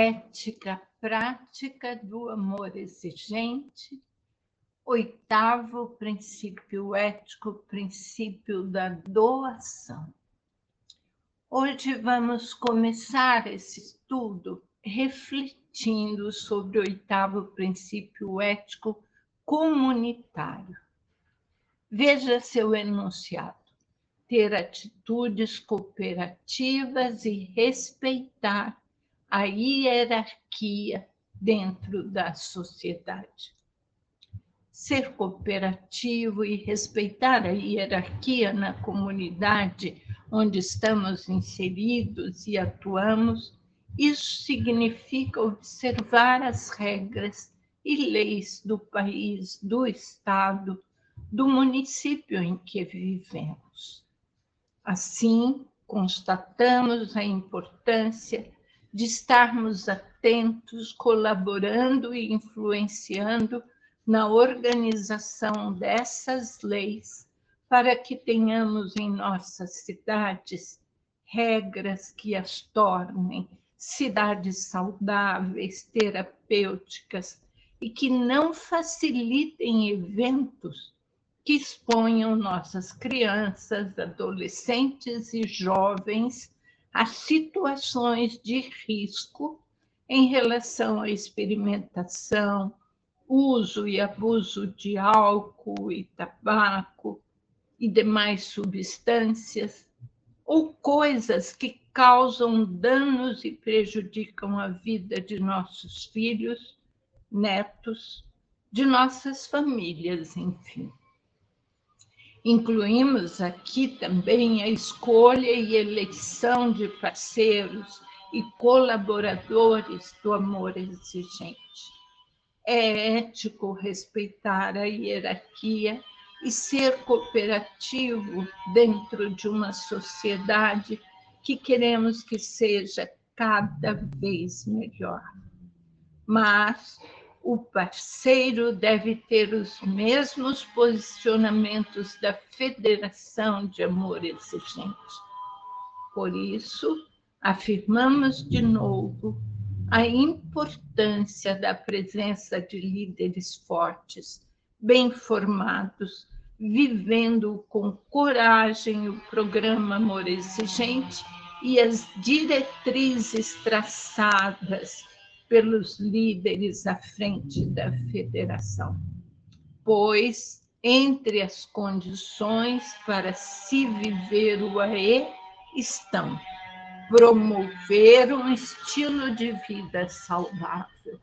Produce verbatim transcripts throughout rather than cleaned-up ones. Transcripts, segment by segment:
Ética prática do amor exigente. Oitavo princípio ético, princípio da doação. Hoje vamos começar esse estudo refletindo sobre o oitavo princípio ético comunitário. Veja seu enunciado: ter atitudes cooperativas e respeitar a hierarquia dentro da sociedade. Ser cooperativo e respeitar a hierarquia na comunidade onde estamos inseridos e atuamos, isso significa observar as regras e leis do país, do estado, do município em que vivemos. Assim, constatamos a importância de estarmos atentos, colaborando e influenciando na organização dessas leis, para que tenhamos em nossas cidades regras que as tornem cidades saudáveis, terapêuticas e que não facilitem eventos que exponham nossas crianças, adolescentes e jovens a situações de risco em relação à experimentação, uso e abuso de álcool e tabaco e demais substâncias, ou coisas que causam danos e prejudicam a vida de nossos filhos, netos, de nossas famílias, enfim. Incluímos aqui também a escolha e eleição de parceiros e colaboradores do amor exigente. É ético respeitar a hierarquia e ser cooperativo dentro de uma sociedade que queremos que seja cada vez melhor. Mas o parceiro deve ter os mesmos posicionamentos da Federação de Amor Exigente. Por isso, afirmamos de novo a importância da presença de líderes fortes, bem formados, vivendo com coragem o programa Amor Exigente e as diretrizes traçadas pelos líderes à frente da federação. Pois, entre as condições para se viver o A E estão promover um estilo de vida saudável,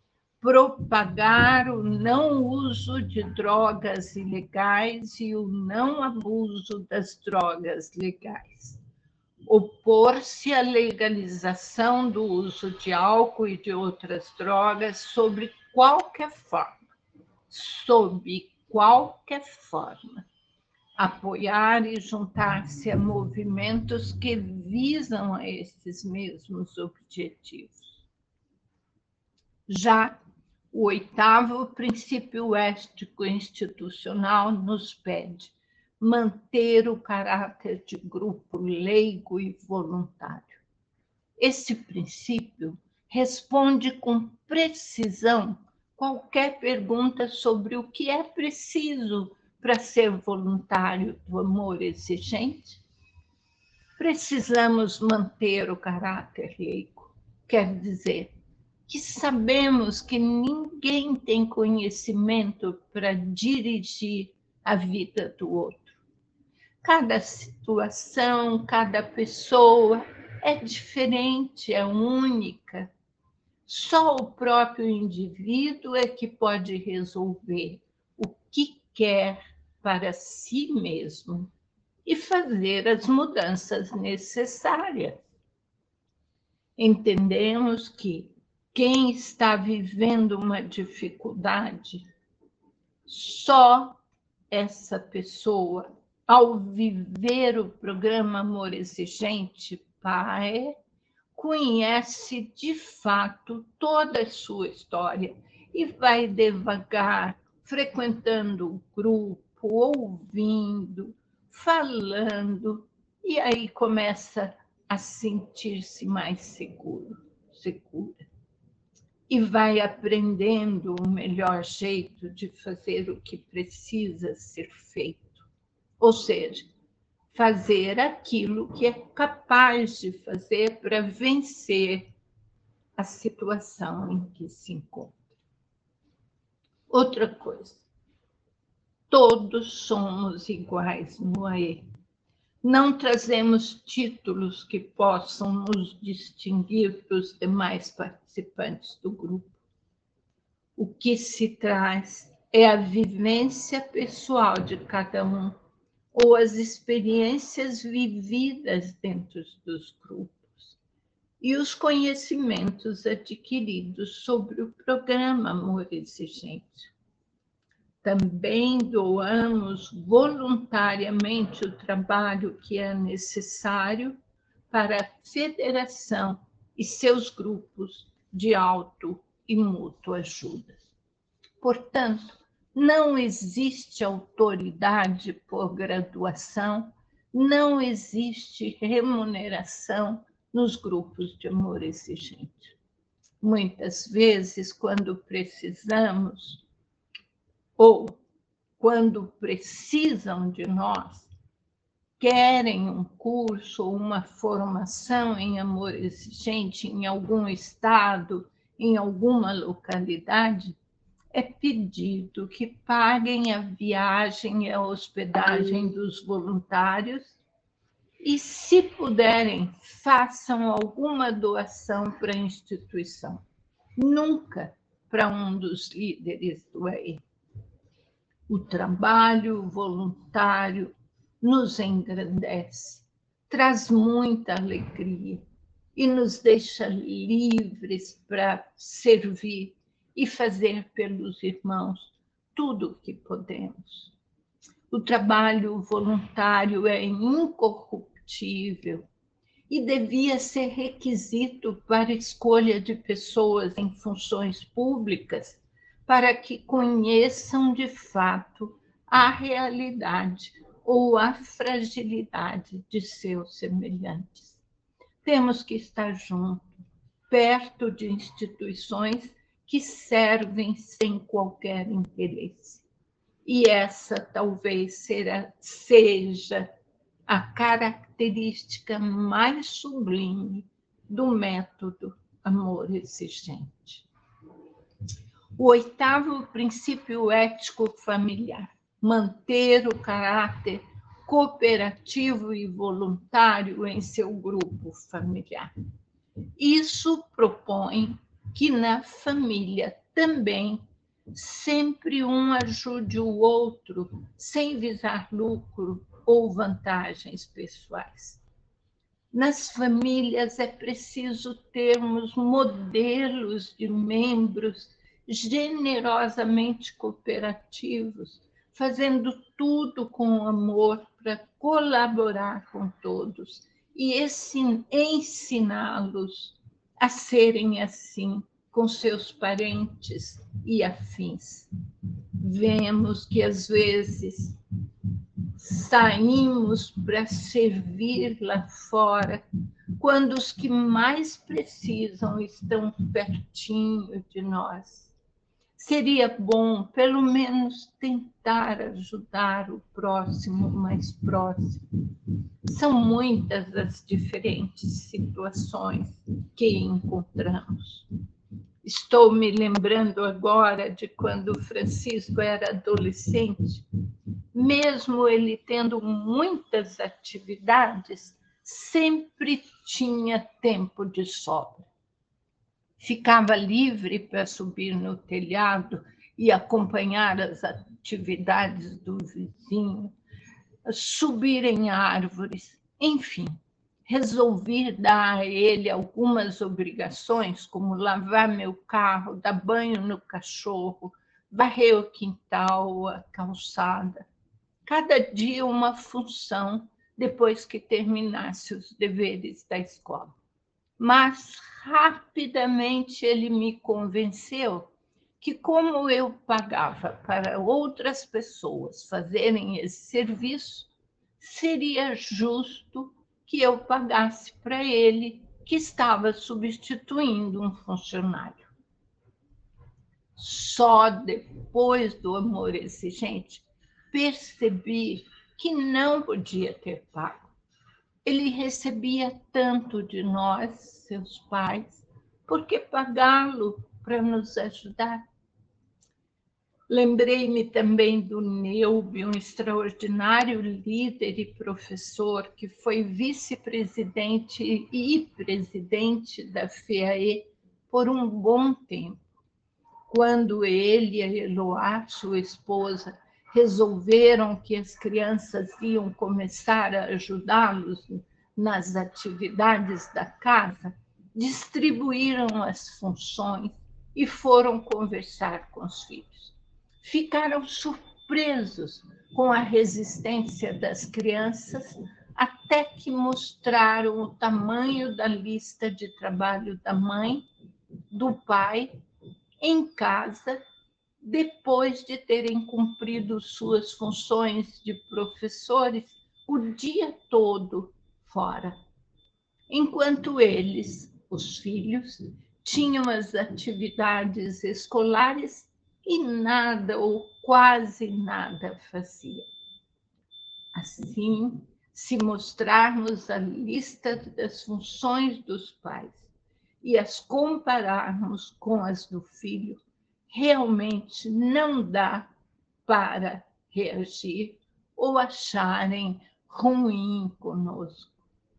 propagar o não uso de drogas ilegais e o não abuso das drogas legais, opor-se à legalização do uso de álcool e de outras drogas sobre qualquer forma, sob qualquer forma, apoiar e juntar-se a movimentos que visam a esses mesmos objetivos. Já o oitavo princípio ético institucional nos pede manter o caráter de grupo leigo e voluntário. Esse princípio responde com precisão qualquer pergunta sobre o que é preciso para ser voluntário do amor exigente. Precisamos manter o caráter leigo, quer dizer, que sabemos que ninguém tem conhecimento para dirigir a vida do outro. Cada situação, cada pessoa é diferente, é única. Só o próprio indivíduo é que pode resolver o que quer para si mesmo e fazer as mudanças necessárias. Entendemos que quem está vivendo uma dificuldade, só essa pessoa, ao viver o programa Amor Exigente, P A E, conhece de fato toda a sua história e vai devagar, frequentando o grupo, ouvindo, falando, e aí começa a sentir-se mais seguro, segura. e vai aprendendo o melhor jeito de fazer o que precisa ser feito. Ou seja, fazer aquilo que é capaz de fazer para vencer a situação em que se encontra. Outra coisa, todos somos iguais no A E. Não trazemos títulos que possam nos distinguir dos demais participantes do grupo. O que se traz é a vivência pessoal de cada um, ou as experiências vividas dentro dos grupos, e os conhecimentos adquiridos sobre o programa Amor Exigente. Também doamos voluntariamente o trabalho que é necessário para a federação e seus grupos de auto e mútua ajuda. Portanto, não existe autoridade por graduação, não existe remuneração nos grupos de amor exigente. Muitas vezes, quando precisamos, ou quando precisam de nós, querem um curso ou uma formação em amor exigente em algum estado, em alguma localidade, é pedido que paguem a viagem e a hospedagem dos voluntários e, se puderem, façam alguma doação para a instituição. Nunca para um dos líderes do A E. O trabalho voluntário nos engrandece, traz muita alegria e nos deixa livres para servir e fazer pelos irmãos tudo o que podemos. O trabalho voluntário é incorruptível e devia ser requisito para a escolha de pessoas em funções públicas, para que conheçam de fato a realidade ou a fragilidade de seus semelhantes. Temos que estar juntos, perto de instituições que servem sem qualquer interesse. E essa talvez será, seja a característica mais sublime do método amor exigente. O oitavo princípio ético familiar: manter o caráter cooperativo e voluntário em seu grupo familiar. Isso propõe que na família também sempre um ajude o outro sem visar lucro ou vantagens pessoais. Nas famílias é preciso termos modelos de membros generosamente cooperativos, fazendo tudo com amor para colaborar com todos e ensiná-los a serem assim com seus parentes e afins. Vemos que, às vezes, saímos para servir lá fora, quando os que mais precisam estão pertinho de nós. Seria bom, pelo menos, tentar ajudar o próximo mais próximo. São muitas as diferentes situações que encontramos. Estou me lembrando agora de quando Francisco era adolescente. Mesmo ele tendo muitas atividades, sempre tinha tempo de sobra. Ficava livre para subir no telhado e acompanhar as atividades do vizinho, subir em árvores, enfim. Resolvi dar a ele algumas obrigações, como lavar meu carro, dar banho no cachorro, varrer o quintal, a calçada. Cada dia uma função depois que terminasse os deveres da escola. Mas rapidamente ele me convenceu que, como eu pagava para outras pessoas fazerem esse serviço, seria justo que eu pagasse para ele, que estava substituindo um funcionário. Só depois do amor exigente percebi que não podia ter pago. Ele recebia tanto de nós, seus pais, por que pagá-lo para nos ajudar? Lembrei-me também do Neube, um extraordinário líder e professor que foi vice-presidente e presidente da F E A E por um bom tempo. Quando ele e a Eloá, sua esposa, resolveram que as crianças iam começar a ajudá-los nas atividades da casa, distribuíram as funções e foram conversar com os filhos. Ficaram surpresos com a resistência das crianças, até que mostraram o tamanho da lista de trabalho da mãe, do pai, em casa, depois de terem cumprido suas funções de professores o dia todo fora. Enquanto eles, os filhos, tinham as atividades escolares e nada ou quase nada fazia. Assim, se mostrarmos a lista das funções dos pais e as compararmos com as do filho, realmente não dá para reagir ou acharem ruim conosco.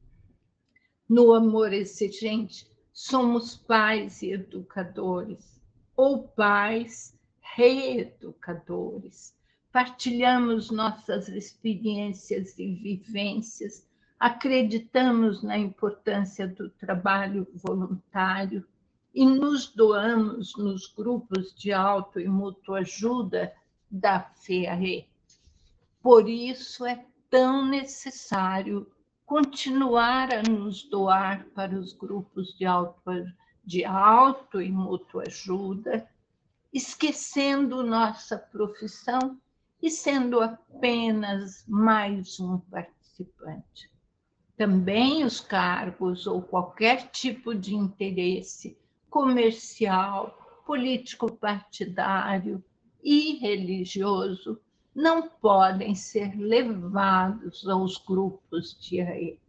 No amor exigente, somos pais e educadores, ou pais reeducadores. Partilhamos nossas experiências e vivências, acreditamos na importância do trabalho voluntário e nos doamos nos grupos de auto e mútua ajuda da F E A E. Por isso é tão necessário continuar a nos doar para os grupos de auto, de auto e mútua ajuda, esquecendo nossa profissão e sendo apenas mais um participante. Também os cargos ou qualquer tipo de interesse comercial, político-partidário e religioso não podem ser levados aos grupos de A E.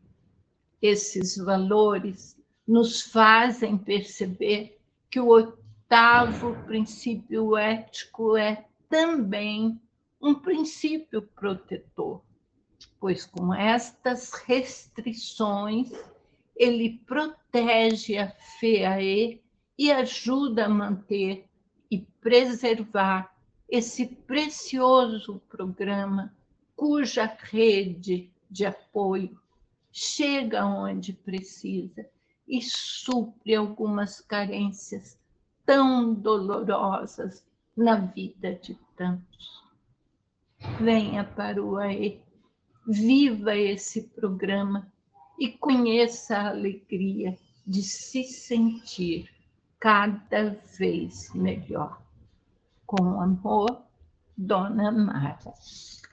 Esses valores nos fazem perceber que o oitavo princípio ético é também um princípio protetor, pois com estas restrições ele protege a F E A E e ajuda a manter e preservar esse precioso programa cuja rede de apoio chega onde precisa e supre algumas carências tão dolorosas na vida de tantos. Venha para o A E, viva esse programa e conheça a alegria de se sentir cada vez melhor. Com amor, Dona Mara.